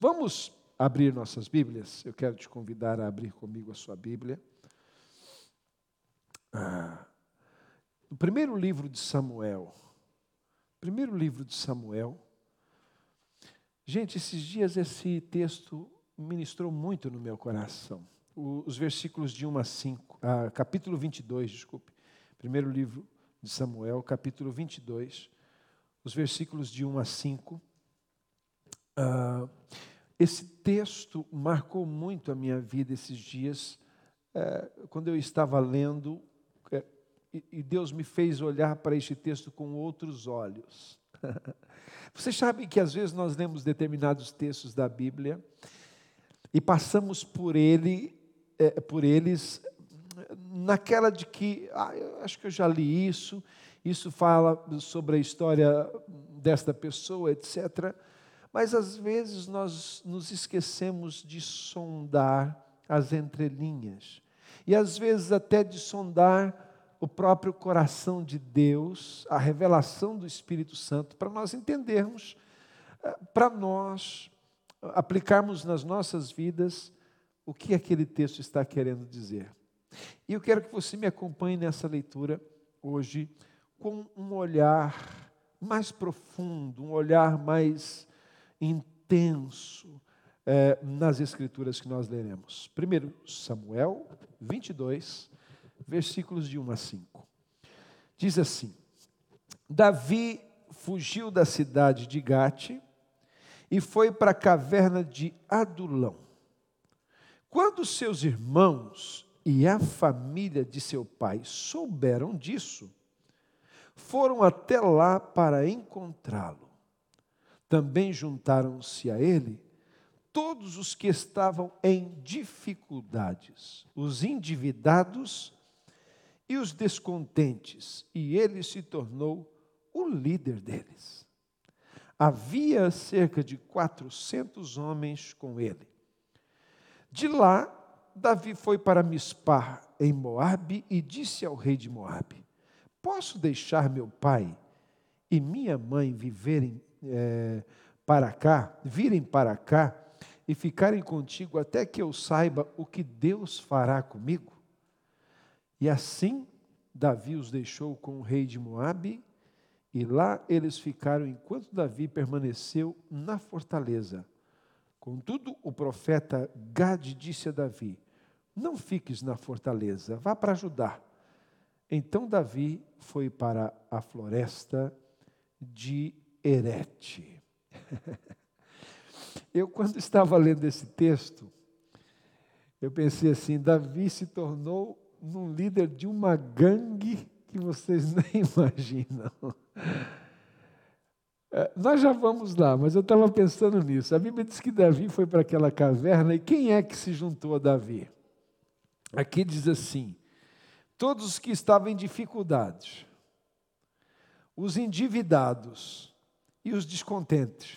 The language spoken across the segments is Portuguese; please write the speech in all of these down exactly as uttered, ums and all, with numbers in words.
Vamos abrir nossas Bíblias? Eu quero te convidar a abrir comigo a sua Bíblia. Ah, no primeiro livro de Samuel. Primeiro livro de Samuel. Gente, esses dias esse texto ministrou muito no meu coração. O, os versículos de um a cinco, ah, capítulo vinte e dois, desculpe. Primeiro livro de Samuel, capítulo vinte e dois, os versículos de um a cinco. Ah, esse texto marcou muito a minha vida esses dias, é, quando eu estava lendo, é, e, e Deus me fez olhar para este texto com outros olhos. Vocês sabem que às vezes nós lemos determinados textos da Bíblia e passamos por ele, é, por eles naquela de que, ah, eu acho que eu já li isso, isso fala sobre a história desta pessoa, etcétera. Mas às vezes nós nos esquecemos de sondar as entrelinhas. E às vezes até de sondar o próprio coração de Deus, a revelação do Espírito Santo, para nós entendermos, para nós aplicarmos nas nossas vidas o que aquele texto está querendo dizer. E eu quero que você me acompanhe nessa leitura hoje com um olhar mais profundo, um olhar mais intenso é, nas escrituras que nós leremos. Primeiro, Samuel vinte e dois, versículos de um a cinco. Diz assim: Davi fugiu da cidade de Gate e foi para a caverna de Adulão. Quando seus irmãos e a família de seu pai souberam disso, foram até lá para encontrá-lo. Também juntaram-se a ele todos os que estavam em dificuldades, os endividados e os descontentes, e ele se tornou o líder deles. Havia cerca de quatrocentos homens com ele. De lá, Davi foi para Mispar, em Moabe, e disse ao rei de Moabe: Posso deixar meu pai e minha mãe viverem É, para cá, virem para cá e ficarem contigo até que eu saiba o que Deus fará comigo? E assim Davi os deixou com o rei de Moabe, e lá eles ficaram enquanto Davi permaneceu na fortaleza. Contudo, o profeta Gade disse a Davi: Não fiques na fortaleza, vá para Judá. Então Davi foi para a floresta de Herete. Eu, quando estava lendo esse texto, eu pensei assim: Davi se tornou um líder de uma gangue que vocês nem imaginam. É, nós já vamos lá, mas eu estava pensando nisso. A Bíblia diz que Davi foi para aquela caverna, e quem é que se juntou a Davi? Aqui diz assim: todos os que estavam em dificuldades, os endividados e os descontentes.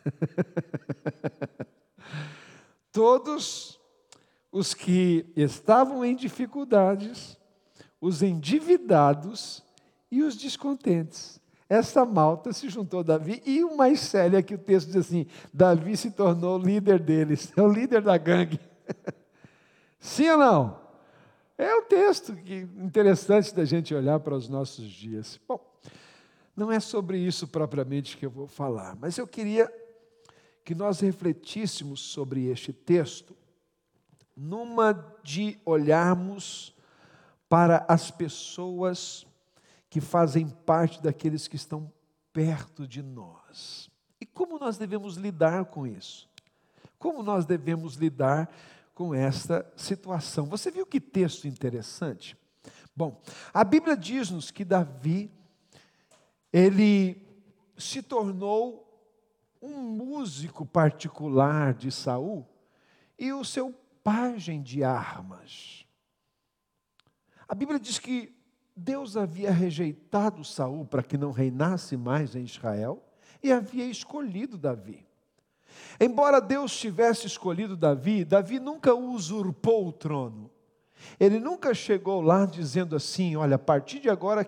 Todos os que estavam em dificuldades, os endividados e os descontentes. Essa malta se juntou a Davi, e o mais sério é que o texto diz assim: Davi se tornou o líder deles, é o líder da gangue. Sim ou não? É o texto que, interessante da gente olhar para os nossos dias. Bom, não é sobre isso propriamente que eu vou falar, mas eu queria que nós refletíssemos sobre este texto, numa de olharmos para as pessoas que fazem parte daqueles que estão perto de nós. E como nós devemos lidar com isso? Como nós devemos lidar com esta situação? Você viu que texto interessante? Bom, a Bíblia diz-nos que Davi, ele se tornou um músico particular de Saul e o seu pajem de armas. A Bíblia diz que Deus havia rejeitado Saul para que não reinasse mais em Israel e havia escolhido Davi. Embora Deus tivesse escolhido Davi, Davi nunca usurpou o trono. Ele nunca chegou lá dizendo assim: olha, a partir de agora quem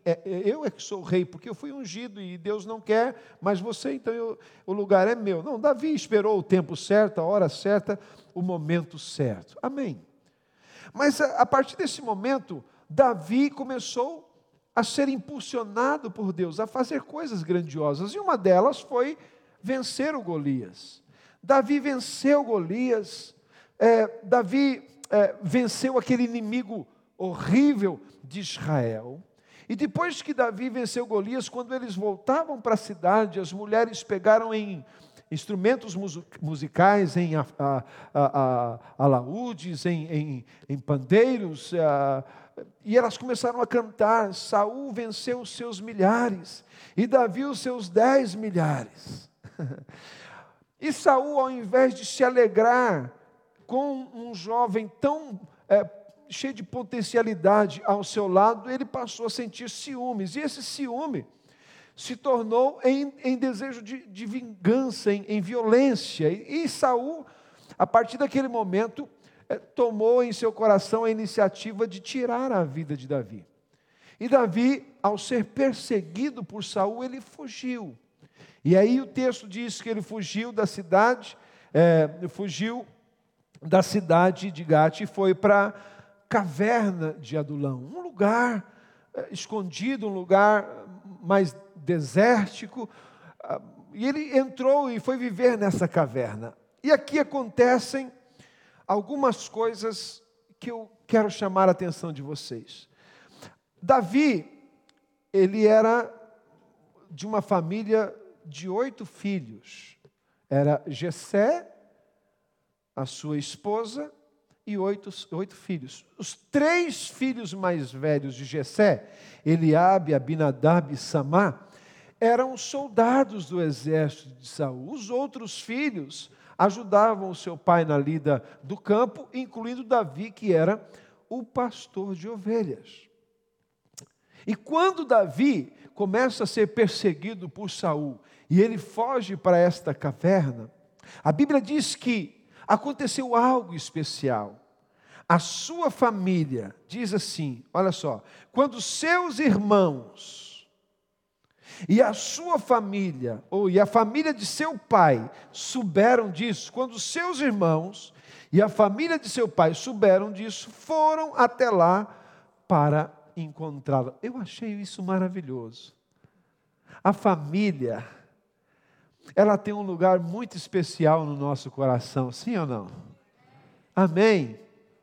é, eu é que sou rei, porque eu fui ungido e Deus não quer, mas você, então eu, o lugar é meu. Não, Davi esperou o tempo certo, a hora certa, o momento certo. Amém. Mas a, a partir desse momento, Davi começou a ser impulsionado por Deus, a fazer coisas grandiosas, e uma delas foi vencer o Golias. Davi venceu Golias, é, Davi é, venceu aquele inimigo horrível de Israel. E depois que Davi venceu Golias, quando eles voltavam para a cidade, as mulheres pegaram em instrumentos musicais, em a, a, a, a, alaúdes, em, em, em pandeiros, a, e elas começaram a cantar. Saul venceu os seus milhares, e Davi os seus dez milhares. E Saul, ao invés de se alegrar com um jovem tão é, cheio de potencialidade ao seu lado, ele passou a sentir ciúmes, e esse ciúme se tornou em, em desejo de, de vingança, em, em violência, e, e Saul, a partir daquele momento, é, tomou em seu coração a iniciativa de tirar a vida de Davi. E Davi, ao ser perseguido por Saul, ele fugiu. E aí o texto diz que ele fugiu da cidade, é, fugiu da cidade de Gate e foi para a caverna de Adulão, um lugar é, escondido, um lugar mais desértico, e ele entrou e foi viver nessa caverna. E aqui acontecem algumas coisas que eu quero chamar a atenção de vocês. Davi, ele era de uma família de oito filhos. Era Jessé, a sua esposa, e oito, oito filhos. Os três filhos mais velhos de Jessé, Eliabe, Abinadab e Samá, eram soldados do exército de Saul. Os outros filhos ajudavam o seu pai na lida do campo, incluindo Davi, que era o pastor de ovelhas. E quando Davi começa a ser perseguido por Saul, e ele foge para esta caverna, a Bíblia diz que aconteceu algo especial. A sua família, diz assim, olha só, quando seus irmãos e a sua família, ou e a família de seu pai souberam disso, quando seus irmãos e a família de seu pai souberam disso, foram até lá para encontrá-lo. Eu achei isso maravilhoso. A família, ela tem um lugar muito especial no nosso coração, sim ou não? Amém?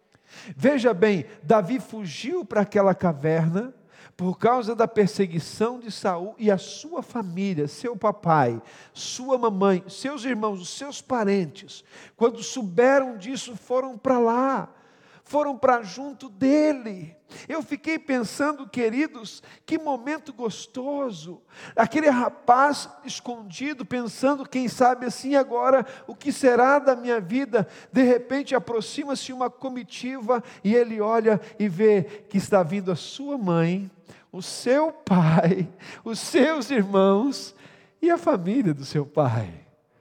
Veja bem, Davi fugiu para aquela caverna por causa da perseguição de Saul, e a sua família, seu papai, sua mamãe, seus irmãos, os seus parentes, quando souberam disso, foram para lá, foram para junto dele. Eu fiquei pensando, queridos, que momento gostoso, aquele rapaz escondido, pensando, quem sabe assim agora, o que será da minha vida? De repente aproxima-se uma comitiva, e ele olha e vê que está vindo a sua mãe, o seu pai, os seus irmãos, e a família do seu pai.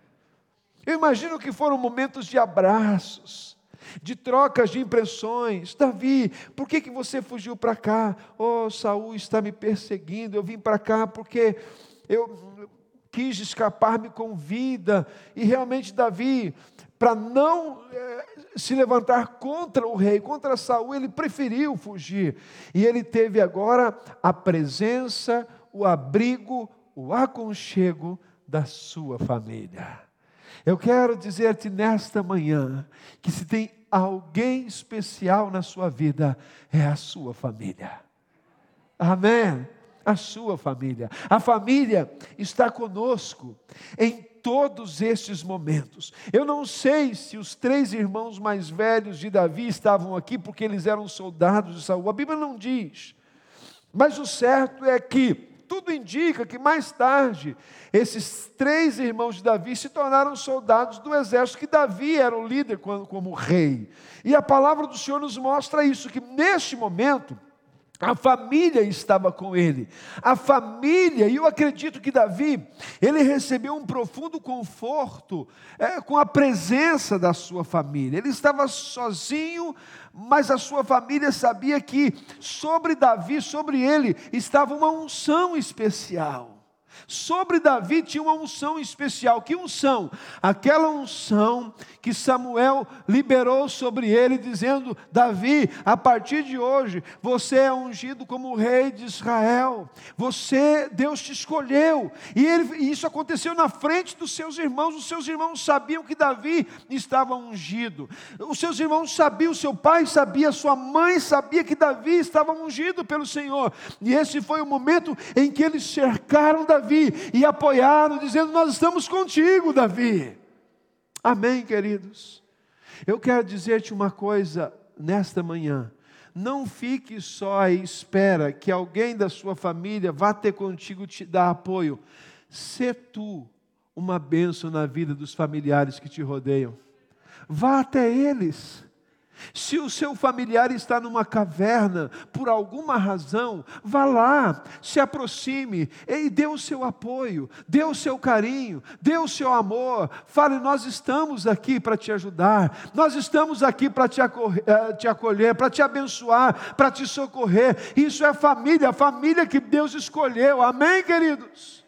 Eu imagino que foram momentos de abraços, de trocas de impressões. Davi, por que, que você fugiu para cá? Oh, Saul está me perseguindo, eu vim para cá porque eu quis escapar-me com vida. E realmente Davi, para não é, se levantar contra o rei, contra Saul, ele preferiu fugir. E ele teve agora a presença, o abrigo, o aconchego da sua família. Eu quero dizer-te nesta manhã, que se tem alguém especial na sua vida, é a sua família. Amém? A sua família. A família está conosco em todos estes momentos. Eu não sei se os três irmãos mais velhos de Davi estavam aqui porque eles eram soldados de Saul. A Bíblia não diz. Mas o certo é que tudo indica que mais tarde, esses três irmãos de Davi se tornaram soldados do exército, que Davi era o líder como rei. E a palavra do Senhor nos mostra isso, que neste momento, A família estava com ele, a família, e eu acredito que Davi, ele recebeu um profundo conforto é, com a presença da sua família. Ele estava sozinho, mas a sua família sabia que sobre Davi, sobre ele, estava uma unção especial. Sobre Davi tinha uma unção especial. Que unção? Aquela unção que Samuel liberou sobre ele, dizendo: Davi, a partir de hoje, você é ungido como rei de Israel. Você, Deus te escolheu. E, ele, e isso aconteceu na frente dos seus irmãos. Os seus irmãos sabiam que Davi estava ungido. Os seus irmãos sabiam, seu pai sabia, sua mãe sabia que Davi estava ungido pelo Senhor. E esse foi o momento em que eles cercaram Davi e apoiaram, dizendo: nós estamos contigo, Davi. Amém, queridos? Eu quero dizer-te uma coisa nesta manhã: não fique só à espera que alguém da sua família vá ter contigo te dar apoio. Sê tu uma bênção na vida dos familiares que te rodeiam. Vá até eles. Se o seu familiar está numa caverna, por alguma razão, vá lá, se aproxime e dê o seu apoio, dê o seu carinho, dê o seu amor. Fale: nós estamos aqui para te ajudar, nós estamos aqui para te acolher, te acolher, para te abençoar, para te socorrer. Isso é família, a família que Deus escolheu. Amém, queridos?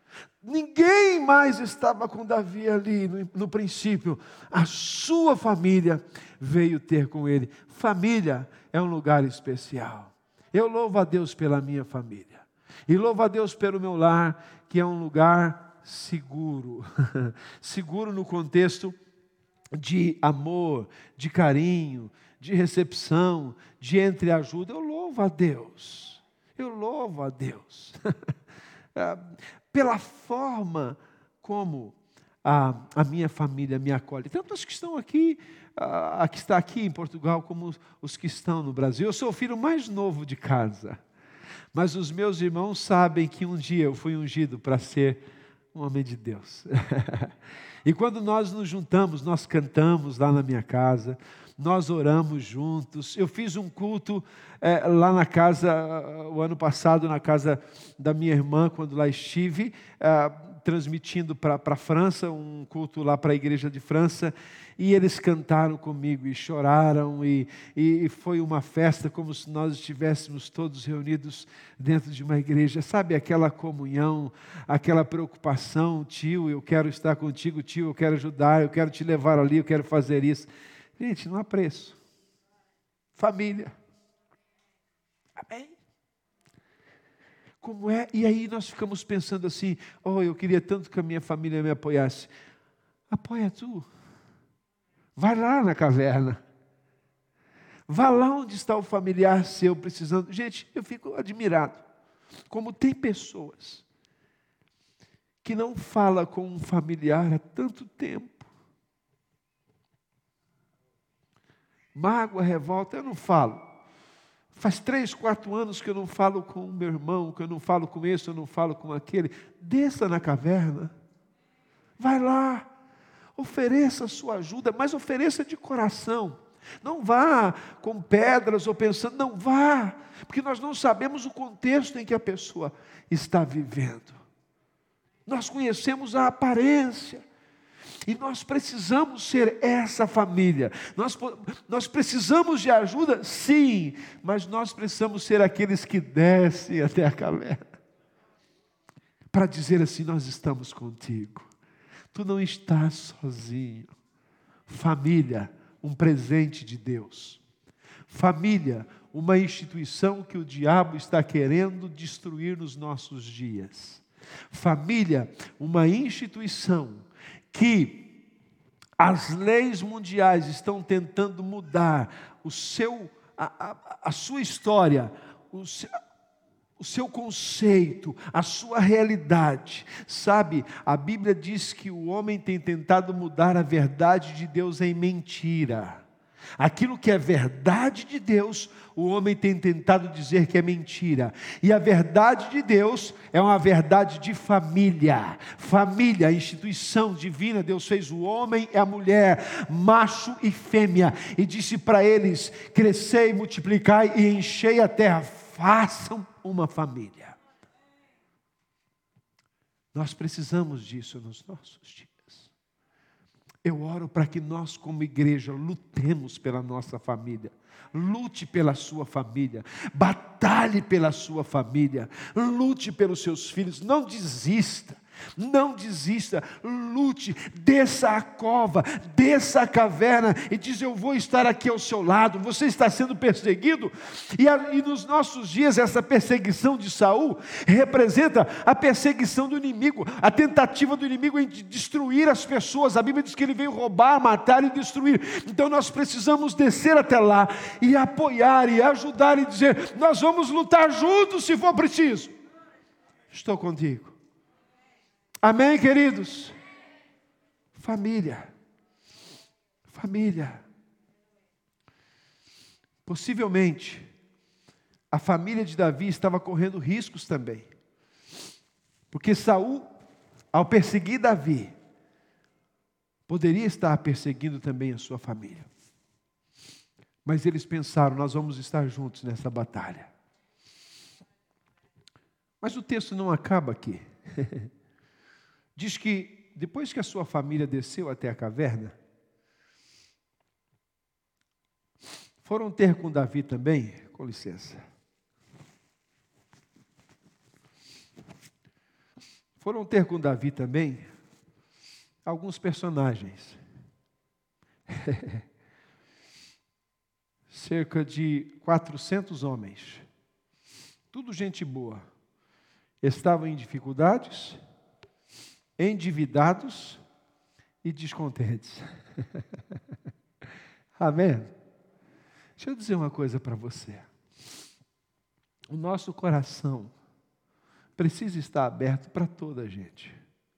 Ninguém mais estava com Davi ali no, no princípio. A sua família veio ter com ele. Família é um lugar especial. Eu louvo a Deus pela minha família. E louvo a Deus pelo meu lar, que é um lugar seguro. Seguro no contexto de amor, de carinho, de recepção, de entreajuda. Eu louvo a Deus. Eu louvo a Deus. Pela forma como a, a minha família me acolhe. Tanto os que estão aqui, a, a que está aqui em Portugal, como os, os que estão no Brasil. Eu sou o filho mais novo de casa, mas os meus irmãos sabem que um dia eu fui ungido para ser um homem de Deus. E quando nós nos juntamos, nós cantamos lá na minha casa, nós oramos juntos. Eu fiz um culto é, lá na casa, o ano passado, na casa da minha irmã, quando lá estive, é, transmitindo para a França, um culto lá para a igreja de França, e eles cantaram comigo e choraram, e, e foi uma festa como se nós estivéssemos todos reunidos dentro de uma igreja. Sabe aquela comunhão, aquela preocupação: tio, eu quero estar contigo, tio, eu quero ajudar, eu quero te levar ali, eu quero fazer isso. Gente, não há preço. Família. Amém? Como é? E aí nós ficamos pensando assim: oh, eu queria tanto que a minha família me apoiasse. Apoia tu. Vai lá na caverna. Vá lá onde está o familiar seu precisando. Gente, eu fico admirado como tem pessoas que não falam com um familiar há tanto tempo. Mágoa, revolta, eu não falo. Faz três, quatro anos que eu não falo com o meu irmão, que eu não falo com esse, eu não falo com aquele. Desça na caverna. Vai lá. Ofereça a sua ajuda, mas ofereça de coração. Não vá com pedras ou pensando, não vá, porque nós não sabemos o contexto em que a pessoa está vivendo. Nós conhecemos a aparência. E nós precisamos ser essa família. Nós, nós precisamos de ajuda, sim, mas nós precisamos ser aqueles que descem até a caverna para dizer assim: nós estamos contigo. Tu não estás sozinho. Família, um presente de Deus. Família, uma instituição que o diabo está querendo destruir nos nossos dias. Família, uma instituição que as leis mundiais estão tentando mudar o seu, a, a, a sua história, o seu, o seu conceito, a sua realidade. Sabe, a Bíblia diz que o homem tem tentado mudar a verdade de Deus em mentira. Aquilo que é verdade de Deus, o homem tem tentado dizer que é mentira. E a verdade de Deus é uma verdade de família. Família, a instituição divina. Deus fez o homem e a mulher, macho e fêmea, e disse para eles: crescei, multiplicai e enchei a terra. façam uma família. Nós precisamos disso nos nossos dias. Eu oro para que nós, como igreja, lutemos pela nossa família. Lute pela sua família. Batalhe pela sua família. Lute pelos seus filhos. Não desista. Não desista, lute, desça a cova, desça a caverna e diz: eu vou estar aqui ao seu lado. Você está sendo perseguido, e, a, e nos nossos dias essa perseguição de Saul representa a perseguição do inimigo, a tentativa do inimigo em destruir as pessoas. A Bíblia diz que ele veio roubar, matar e destruir. Então nós precisamos descer até lá e apoiar e ajudar e dizer: nós vamos lutar juntos se for preciso. Estou contigo. Amém, queridos? Família. Família. Possivelmente, a família de Davi estava correndo riscos também. Porque Saul, ao perseguir Davi, poderia estar perseguindo também a sua família. Mas eles pensaram: nós vamos estar juntos nessa batalha. Mas o texto não acaba aqui. Diz que depois que a sua família desceu até a caverna, foram ter com Davi também, com licença, foram ter com Davi também alguns personagens, cerca de quatrocentos homens, tudo gente boa, estavam em dificuldades, endividados e descontentes. Amém? Deixa eu dizer uma coisa para você. O nosso coração precisa estar aberto para toda a gente.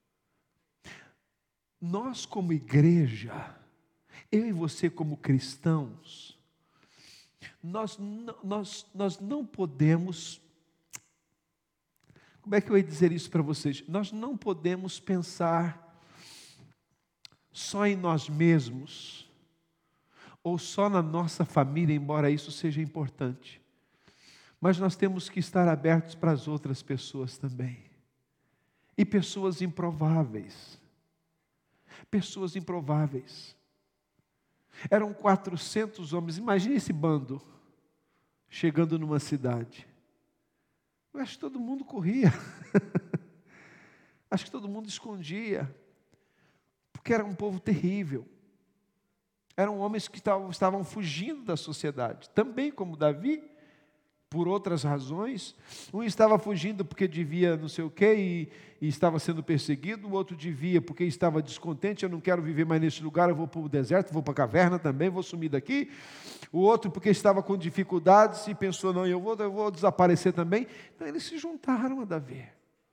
Nós, como igreja, eu e você como cristãos, nós, nós, nós não podemos... Como é que eu ia dizer isso para vocês? Nós não podemos pensar só em nós mesmos, ou só na nossa família, embora isso seja importante. Mas nós temos que estar abertos para as outras pessoas também. E pessoas improváveis. Pessoas improváveis. Eram quatrocentos homens, imagine esse bando, chegando numa cidade. Eu acho que todo mundo corria. Acho que todo mundo escondia. Porque era um povo terrível. Eram homens que estavam, estavam fugindo da sociedade. Também como Davi, por outras razões. Um estava fugindo porque devia não sei o quê e, e estava sendo perseguido. O outro devia porque estava descontente. Eu não quero viver mais nesse lugar, eu vou para o deserto, vou para a caverna também, vou sumir daqui. O outro porque estava com dificuldades e pensou: não, eu vou, eu vou desaparecer também. Então eles se juntaram a Davi.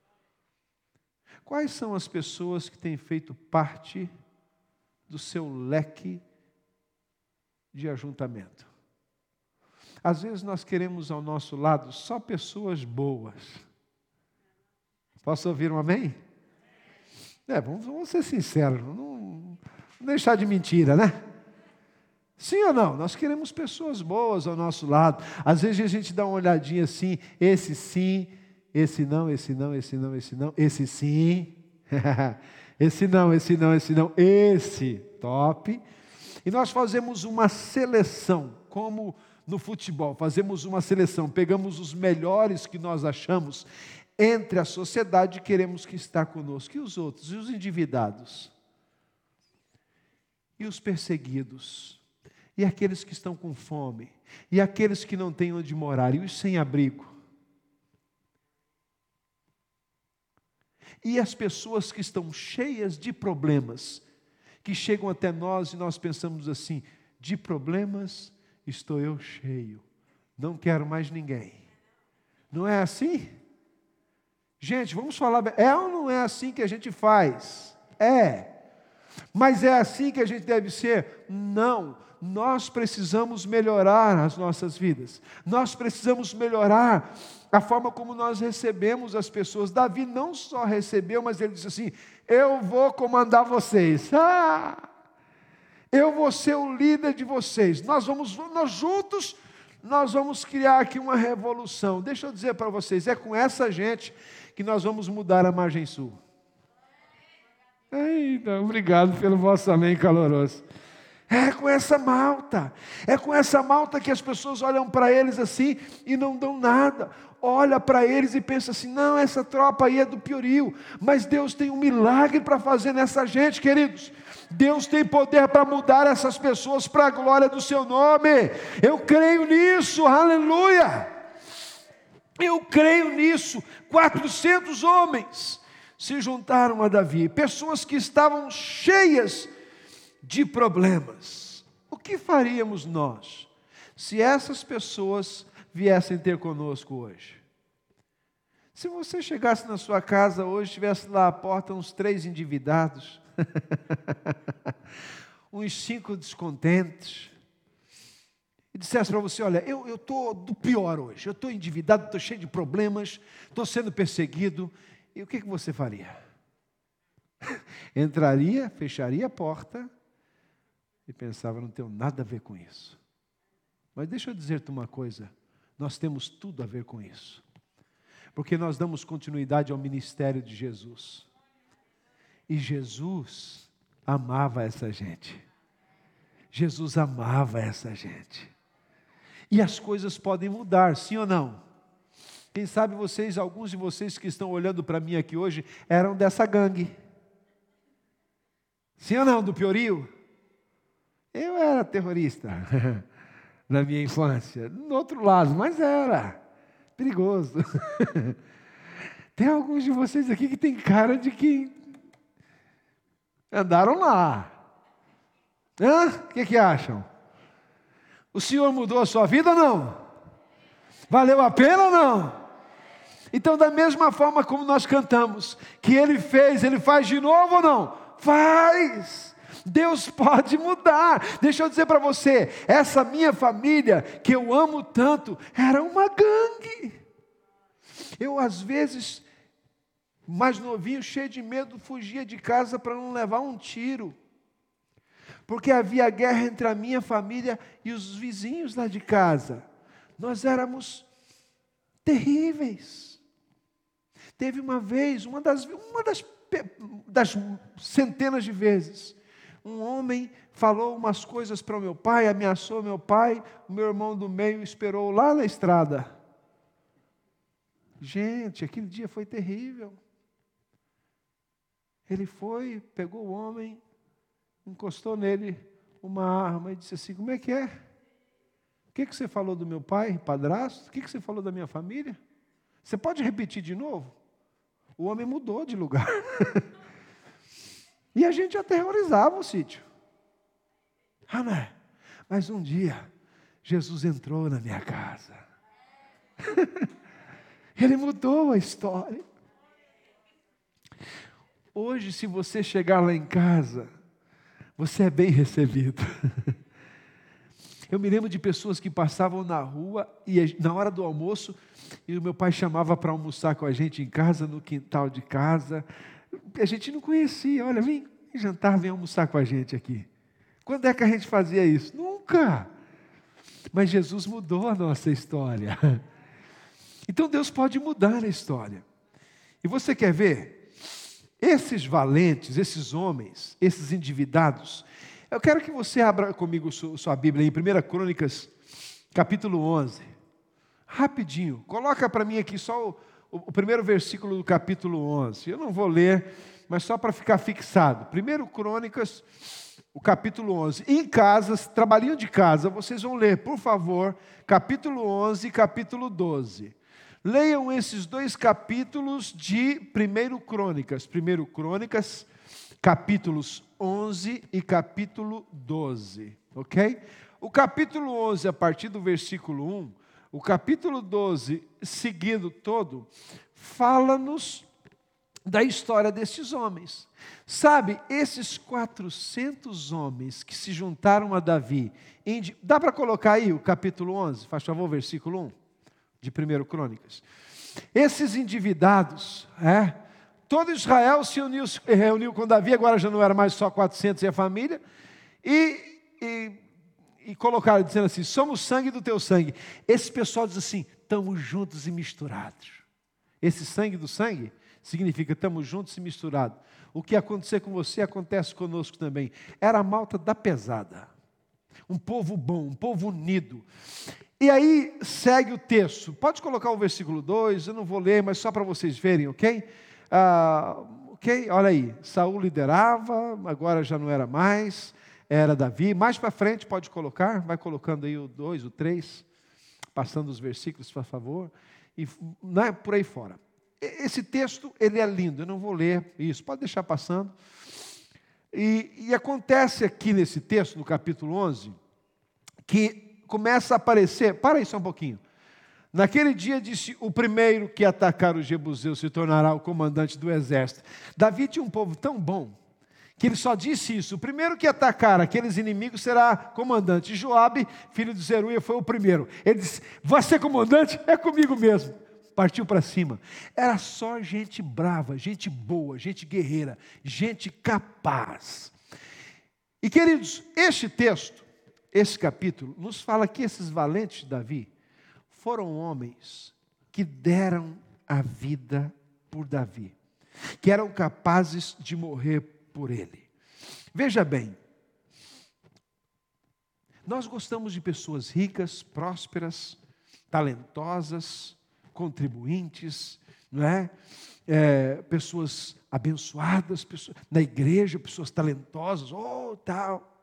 Quais são as pessoas que têm feito parte do seu leque de ajuntamento? Às vezes nós queremos ao nosso lado só pessoas boas. Posso ouvir um amém? É, vamos, vamos ser sinceros, não, não deixar de mentira, né? Sim ou não? Nós queremos pessoas boas ao nosso lado. Às vezes a gente dá uma olhadinha assim, esse sim, esse não, esse não, esse não, esse não, esse sim, esse não, esse não, esse não, esse top. E nós fazemos uma seleção, como no futebol, fazemos uma seleção, pegamos os melhores que nós achamos entre a sociedade e queremos que está conosco. E os outros? E os endividados? E os perseguidos? E aqueles que estão com fome? E aqueles que não têm onde morar? E os sem abrigo? E as pessoas que estão cheias de problemas, que chegam até nós e nós pensamos assim: de problemas estou eu cheio, não quero mais ninguém. Não é assim? Gente, vamos falar, é ou não é assim que a gente faz? É. Mas é assim que a gente deve ser? Não. Nós precisamos melhorar as nossas vidas. Nós precisamos melhorar a forma como nós recebemos as pessoas. Davi não só recebeu, mas ele disse assim: eu vou comandar vocês. Ah! Eu vou ser o líder de vocês. Nós vamos, nós juntos, nós vamos criar aqui uma revolução. Deixa eu dizer para vocês, é com essa gente que nós vamos mudar a margem sul. Eita, obrigado pelo vosso amém caloroso. É com essa malta, é com essa malta que as pessoas olham para eles assim e não dão nada. Olha para eles e pensa assim, não, essa tropa aí é do Piorio, mas Deus tem um milagre para fazer nessa gente, queridos. Deus tem poder para mudar essas pessoas para a glória do seu nome. Eu creio nisso, aleluia. Eu creio nisso. quatrocentos homens se juntaram a Davi, pessoas que estavam cheias de problemas. O que faríamos nós se essas pessoas viessem ter conosco hoje? Se você chegasse na sua casa hoje, tivesse lá à porta uns três endividados, uns cinco descontentes, e dissesse para você, olha, eu estou do pior hoje, eu estou endividado, estou cheio de problemas, estou sendo perseguido, e o que, que você faria? Entraria, fecharia a porta, e pensava, não tenho nada a ver com isso. Mas deixa eu dizer-te uma coisa, nós temos tudo a ver com isso. Porque nós damos continuidade ao ministério de Jesus. E Jesus amava essa gente. Jesus amava essa gente. E as coisas podem mudar, sim ou não? Quem sabe vocês, alguns de vocês que estão olhando para mim aqui hoje, eram dessa gangue. Sim ou não, do Piorio? Eu era terrorista na minha infância, no outro lado, mas era perigoso. Tem alguns de vocês aqui que tem cara de que andaram lá. Hã? O que, que acham? O Senhor mudou a sua vida ou não? Valeu a pena ou não? Então, da mesma forma como nós cantamos, que Ele fez, Ele faz de novo ou não? Faz! Deus pode mudar. Deixa eu dizer para você, essa minha família, que eu amo tanto, era uma gangue. Eu, às vezes, mais novinho, cheio de medo, fugia de casa para não levar um tiro. Porque havia guerra entre a minha família e os vizinhos lá de casa. Nós éramos terríveis. Teve uma vez, uma das, uma das, das centenas de vezes, um homem falou umas coisas para o meu pai, ameaçou meu pai, o meu irmão do meio esperou lá na estrada. Gente, aquele dia foi terrível. Ele foi, pegou o homem, encostou nele uma arma e disse assim, como é que é? O que, que você falou do meu pai, padrasto? O que, que você falou da minha família? Você pode repetir de novo? O homem mudou de lugar. E a gente aterrorizava o sítio. Ah, não é? Mas um dia, Jesus entrou na minha casa. Ele mudou a história. Hoje, se você chegar lá em casa, você é bem recebido. Eu me lembro de pessoas que passavam na rua e na hora do almoço, e o meu pai chamava para almoçar com a gente em casa, no quintal de casa. A gente não conhecia, olha, vem jantar, vem almoçar com a gente aqui. Quando é que a gente fazia isso? Nunca. Mas Jesus mudou a nossa história. Então Deus pode mudar a história. E você quer ver? Esses valentes, esses homens, esses endividados, eu quero que você abra comigo sua Bíblia em primeira Crônicas, capítulo onze. Rapidinho, coloca para mim aqui só o, o primeiro versículo do capítulo onze. Eu não vou ler, mas só para ficar fixado. primeira Crônicas, o capítulo onze. Em casa, trabalhinho de casa, vocês vão ler, por favor, capítulo onze e capítulo doze. Leiam esses dois capítulos de primeira Crônicas. primeira Crônicas, capítulos onze e capítulo doze, ok? O capítulo onze, a partir do versículo um, o capítulo doze, seguindo todo, fala-nos da história desses homens. Sabe, esses quatrocentos homens que se juntaram a Davi, dá para colocar aí o capítulo onze, faz favor, versículo um, de primeira Crônicas. Esses endividados, é, todo Israel se uniu, se reuniu com Davi, agora já não era mais só quatrocentos e a família, e, e, e colocaram dizendo assim, somos sangue do teu sangue. Esse pessoal diz assim, estamos juntos e misturados. Esse sangue do sangue significa estamos juntos e misturados. O que acontecer com você acontece conosco também. Era a malta da pesada. Um povo bom, um povo unido. E aí segue o texto. Pode colocar o versículo dois, eu não vou ler, mas só para vocês verem, ok? Ah, ok, olha aí. Saul liderava, agora já não era mais, era Davi. Mais para frente, pode colocar, vai colocando aí o dois, o três, passando os versículos, por favor. E não é por aí fora. Esse texto, ele é lindo, eu não vou ler isso, pode deixar passando. E, e acontece aqui nesse texto, no capítulo onze, que começa a aparecer, para aí só um pouquinho. Naquele dia disse, o primeiro que atacar os jebuseus se tornará o comandante do exército. Davi tinha um povo tão bom, que ele só disse isso, o primeiro que atacar aqueles inimigos será comandante. E Joabe, filho de Zeruia, foi o primeiro. Ele disse, vai ser comandante? É comigo mesmo. Partiu para cima. Era só gente brava, gente boa, gente guerreira, gente capaz. E queridos, este texto, esse capítulo, nos fala que esses valentes de Davi foram homens que deram a vida por Davi, que eram capazes de morrer por ele. Veja bem, nós gostamos de pessoas ricas, prósperas, talentosas, contribuintes, não é? É, pessoas abençoadas, pessoas, na igreja, pessoas talentosas, oh, tal.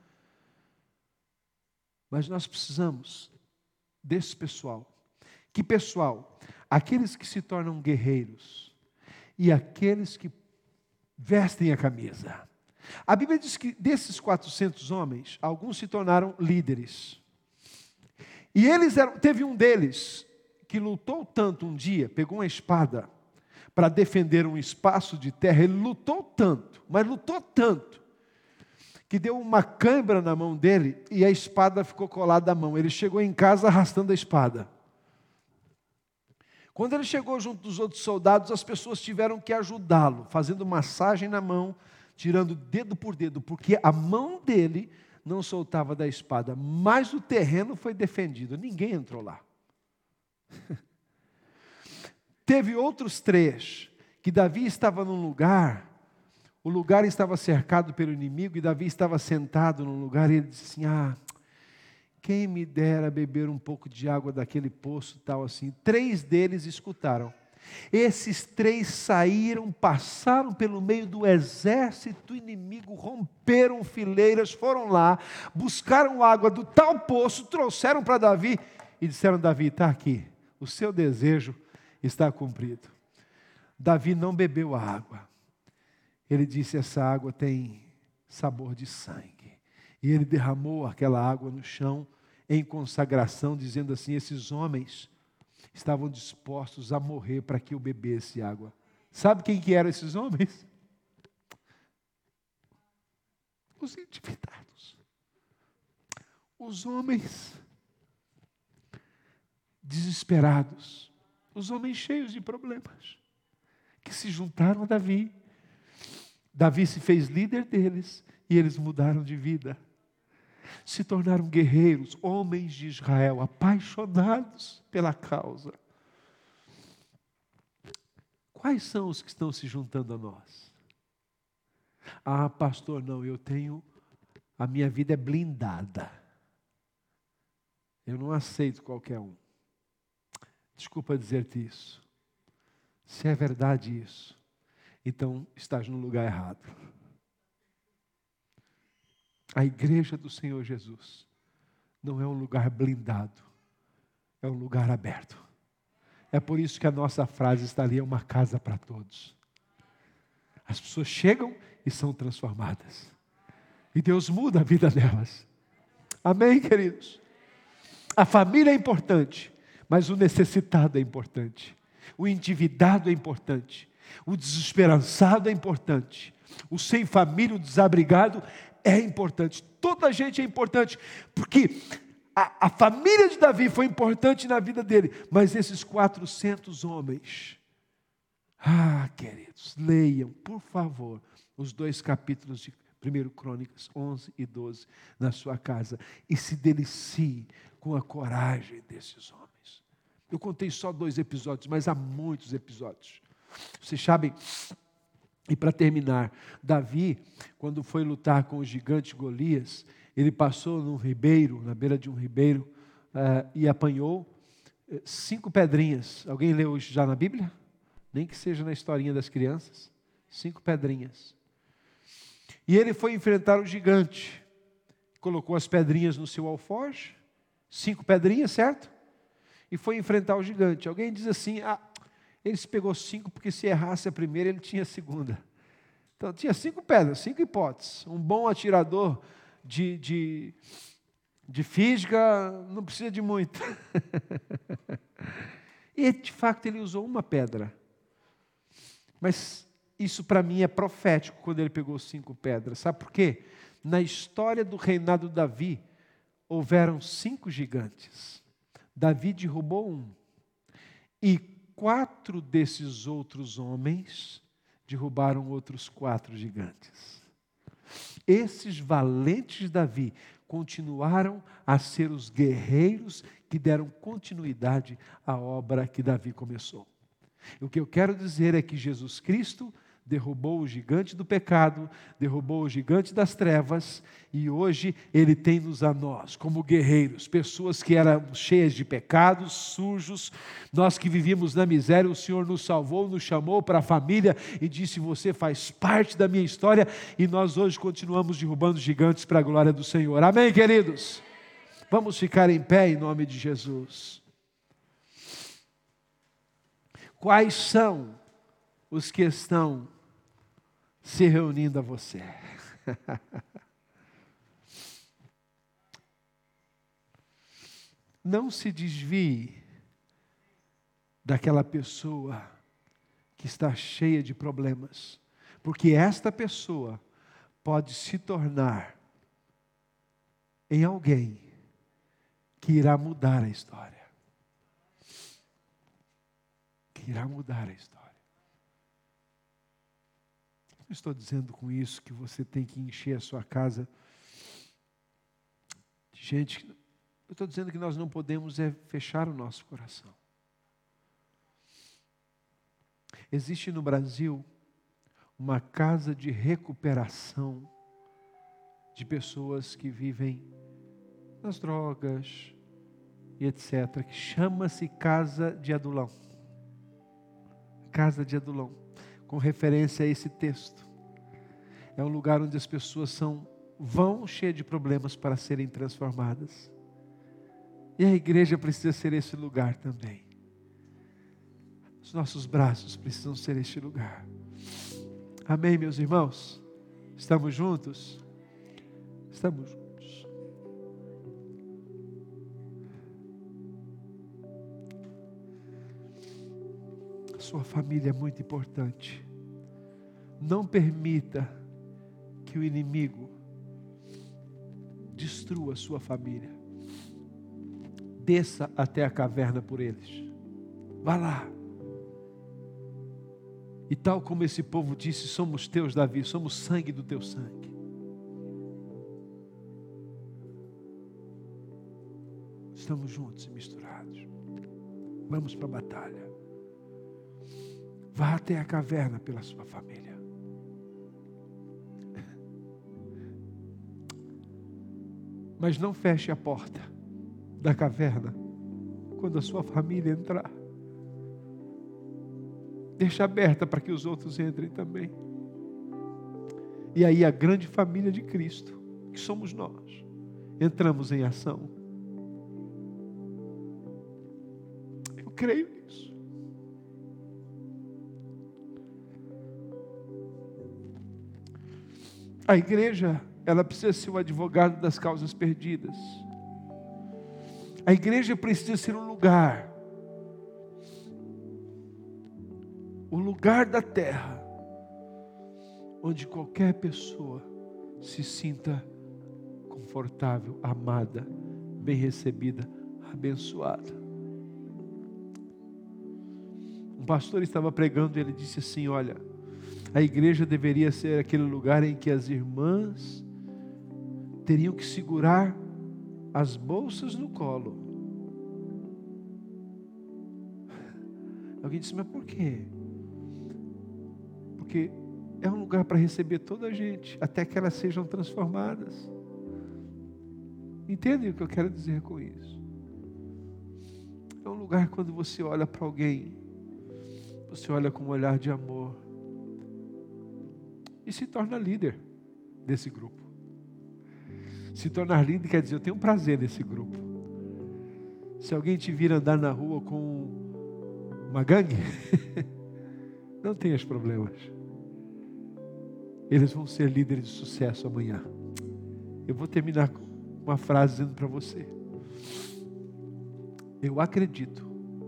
Mas nós precisamos desse pessoal. Que pessoal? Aqueles que se tornam guerreiros e aqueles que vestem a camisa. A Bíblia diz que desses quatrocentos homens, alguns se tornaram líderes. E eles eram, teve um deles que lutou tanto um dia, pegou uma espada para defender um espaço de terra, ele lutou tanto, mas lutou tanto, que deu uma cãibra na mão dele e a espada ficou colada à mão. Ele chegou em casa arrastando a espada. Quando ele chegou junto dos outros soldados, as pessoas tiveram que ajudá-lo, fazendo massagem na mão, tirando dedo por dedo, porque a mão dele não soltava da espada, mas o terreno foi defendido, ninguém entrou lá. Teve outros três, que Davi estava num lugar, o lugar estava cercado pelo inimigo, e Davi estava sentado num lugar, e ele disse assim, ah, quem me dera beber um pouco de água daquele poço, tal assim. Três deles escutaram. Esses três saíram, passaram pelo meio do exército inimigo, romperam fileiras, foram lá, buscaram água do tal poço, trouxeram para Davi, e disseram, Davi, está aqui. O seu desejo está cumprido. Davi não bebeu a água. Ele disse, essa água tem sabor de sangue. E ele derramou aquela água no chão em consagração, dizendo assim, esses homens estavam dispostos a morrer para que eu bebesse água. Sabe quem que eram esses homens? Os endividados. Os homens desesperados, os homens cheios de problemas, que se juntaram a Davi. Davi se fez líder deles e eles mudaram de vida. Se tornaram guerreiros, homens de Israel, apaixonados pela causa. Quais são os que estão se juntando a nós? Ah, pastor, não, eu tenho, a minha vida é blindada. Eu não aceito qualquer um. Desculpa dizer-te isso. Se é verdade isso, então estás no lugar errado. A igreja do Senhor Jesus não é um lugar blindado, é um lugar aberto. É por isso que a nossa frase está ali, é uma casa para todos. As pessoas chegam e são transformadas. E Deus muda a vida delas. Amém, queridos? A família é importante, mas o necessitado é importante. O endividado é importante. O desesperançado é importante. O sem família, o desabrigado é importante. Toda a gente é importante, porque a, a família de Davi foi importante na vida dele, mas esses quatrocentos homens, ah, queridos, leiam, por favor, os dois capítulos de primeiro Crônicas onze e doze, na sua casa, e se delicie com a coragem desses homens. Eu contei só dois episódios, mas há muitos episódios. Vocês sabem, e para terminar, Davi, quando foi lutar com o gigante Golias, ele passou num ribeiro, na beira de um ribeiro, uh, e apanhou cinco pedrinhas. Alguém leu isso já na Bíblia? Nem que seja na historinha das crianças. Cinco pedrinhas. E ele foi enfrentar o gigante. Colocou as pedrinhas no seu alforje. Cinco pedrinhas, certo? E foi enfrentar o gigante. Alguém diz assim, ah, ele se pegou cinco porque se errasse a primeira, ele tinha a segunda. Então tinha cinco pedras, cinco hipóteses. Um bom atirador de, de, de física não precisa de muito. E de fato ele usou uma pedra. Mas isso para mim é profético quando ele pegou cinco pedras. Sabe por quê? Na história do reinado de Davi, houveram cinco gigantes. Davi derrubou um. E quatro desses outros homens derrubaram outros quatro gigantes. Esses valentes de Davi continuaram a ser os guerreiros que deram continuidade à obra que Davi começou. O que eu quero dizer é que Jesus Cristo derrubou o gigante do pecado, derrubou o gigante das trevas, e hoje Ele tem-nos a nós, como guerreiros, pessoas que eram cheias de pecados, sujos, nós que vivíamos na miséria, o Senhor nos salvou, nos chamou para a família e disse, você faz parte da minha história, e nós hoje continuamos derrubando gigantes para a glória do Senhor. Amém, queridos? Vamos ficar em pé em nome de Jesus. Quais são os que estão se reunindo a você? Não se desvie daquela pessoa que está cheia de problemas, porque esta pessoa pode se tornar em alguém que irá mudar a história. Que irá mudar a história. Não estou dizendo com isso que você tem que encher a sua casa de gente. Eu estou dizendo que nós não podemos é fechar o nosso coração. Existe no Brasil uma casa de recuperação de pessoas que vivem nas drogas e etcétera, que chama-se Casa de Adulão. Casa de Adulão, com referência a esse texto. É um lugar onde as pessoas são, vão cheias de problemas para serem transformadas. E a igreja precisa ser esse lugar também. Os nossos braços precisam ser este lugar. Amém, meus irmãos? Estamos juntos? Estamos juntos. Sua família é muito importante. Não permita que o inimigo destrua a sua família. Desça até a caverna por eles. Vá lá. E tal como esse povo disse, somos teus, Davi, somos sangue do teu sangue. Estamos juntos e misturados. Vamos para a batalha. Vá até a caverna pela sua família. Mas não feche a porta da caverna quando a sua família entrar. Deixa aberta para que os outros entrem também. E aí a grande família de Cristo, que somos nós, entramos em ação. Eu creio nisso. A igreja, ela precisa ser o advogado das causas perdidas. A igreja precisa ser um lugar, o lugar da terra, onde qualquer pessoa se sinta confortável, amada, bem recebida, abençoada. Um pastor estava pregando e ele disse assim, olha, A igreja deveria ser aquele lugar em que as irmãs teriam que segurar as bolsas no colo. Alguém disse, mas por quê? Porque é um lugar para receber toda a gente, até que elas sejam transformadas. Entendem o que eu quero dizer com isso? É um lugar quando você olha para alguém, você olha com um olhar de amor e se torna líder desse grupo. Se tornar líder quer dizer, eu tenho prazer nesse grupo. Se alguém te vir andar na rua com uma gangue, não tenhas problemas. Eles vão ser líderes de sucesso amanhã. Eu vou terminar com uma frase dizendo para você. Eu acredito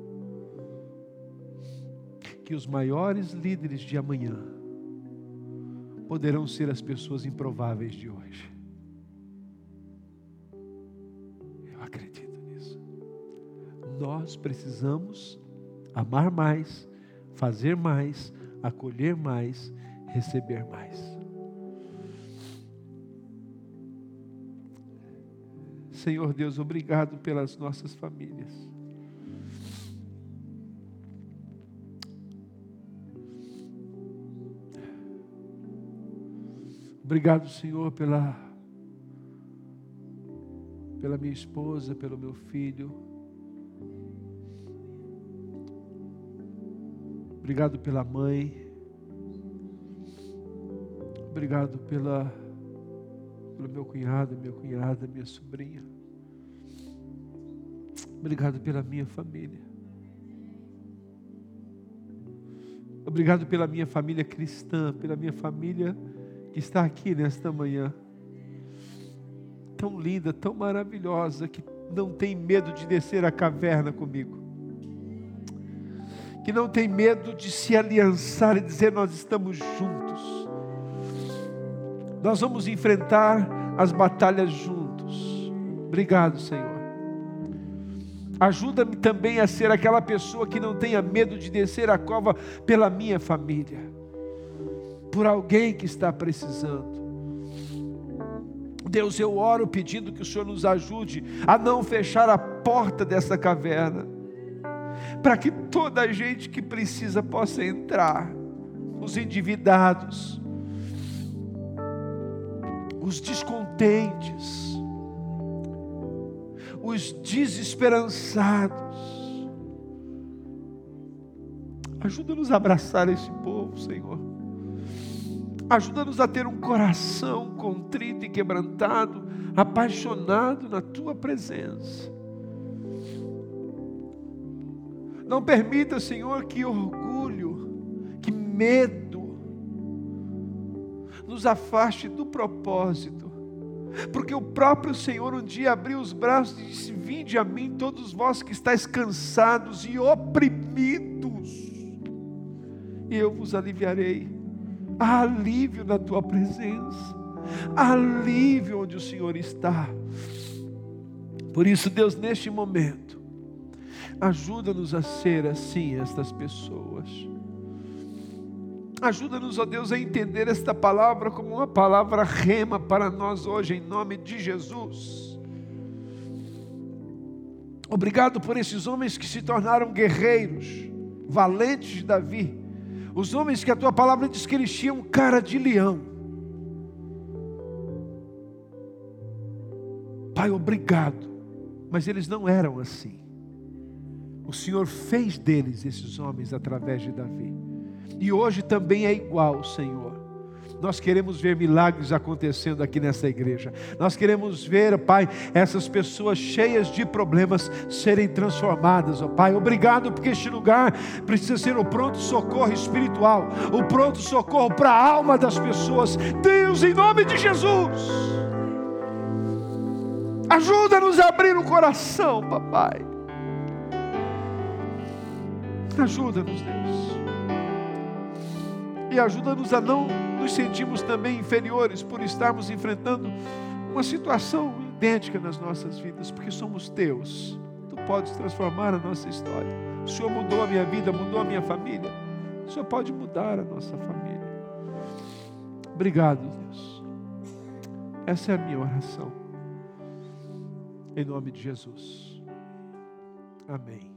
que os maiores líderes de amanhã poderão ser as pessoas improváveis de hoje. Eu acredito nisso. Nós precisamos amar mais, fazer mais, acolher mais, receber mais. Senhor Deus, obrigado pelas nossas famílias. Obrigado, Senhor, pela, pela minha esposa, pelo meu filho. Obrigado pela mãe. Obrigado pela, pelo meu cunhado, minha cunhada, minha sobrinha. Obrigado pela minha família. Obrigado pela minha família cristã, pela minha família que está aqui nesta manhã. Tão linda, tão maravilhosa, que não tem medo de descer a caverna comigo. Que não tem medo de se aliançar e dizer, nós estamos juntos. Nós vamos enfrentar as batalhas juntos. Obrigado, Senhor. Ajuda-me também a ser aquela pessoa que não tenha medo de descer a cova pela minha família, por alguém que está precisando. Deus, eu oro pedindo que o Senhor nos ajude a não fechar a porta dessa caverna, para que toda a gente que precisa possa entrar, os endividados, os descontentes, os desesperançados. Ajuda-nos a abraçar esse povo, Senhor. Ajuda-nos a ter um coração contrito e quebrantado, apaixonado na Tua presença. Não permita, Senhor, que orgulho, que medo nos afaste do propósito. Porque o próprio Senhor um dia abriu os braços e disse, vinde a mim todos vós que estáis cansados e oprimidos, e eu vos aliviarei. Há alívio na Tua presença, há alívio onde o Senhor está. Por isso, Deus, neste momento, ajuda-nos a ser assim estas pessoas. Ajuda-nos, ó Deus, a entender esta palavra como uma palavra rema para nós hoje, em nome de Jesus. Obrigado por esses homens que se tornaram guerreiros, valentes de Davi. Os homens que a Tua palavra diz que eles tinham cara de leão. Pai, obrigado. Mas eles não eram assim. O Senhor fez deles esses homens através de Davi. E hoje também é igual, Senhor. Nós queremos ver milagres acontecendo aqui nessa igreja. Nós queremos ver, Pai, essas pessoas cheias de problemas serem transformadas, ó Pai. Obrigado, porque este lugar precisa ser o pronto socorro espiritual, o pronto socorro para a alma das pessoas. Deus, em nome de Jesus, ajuda-nos a abrir o coração, papai. Ajuda-nos, Deus. E ajuda-nos a não nos sentirmos também inferiores por estarmos enfrentando uma situação idêntica nas nossas vidas, porque somos Teus. Tu podes transformar a nossa história. O Senhor mudou a minha vida, mudou a minha família. O Senhor pode mudar a nossa família. Obrigado, Deus. Essa é a minha oração. Em nome de Jesus. Amém.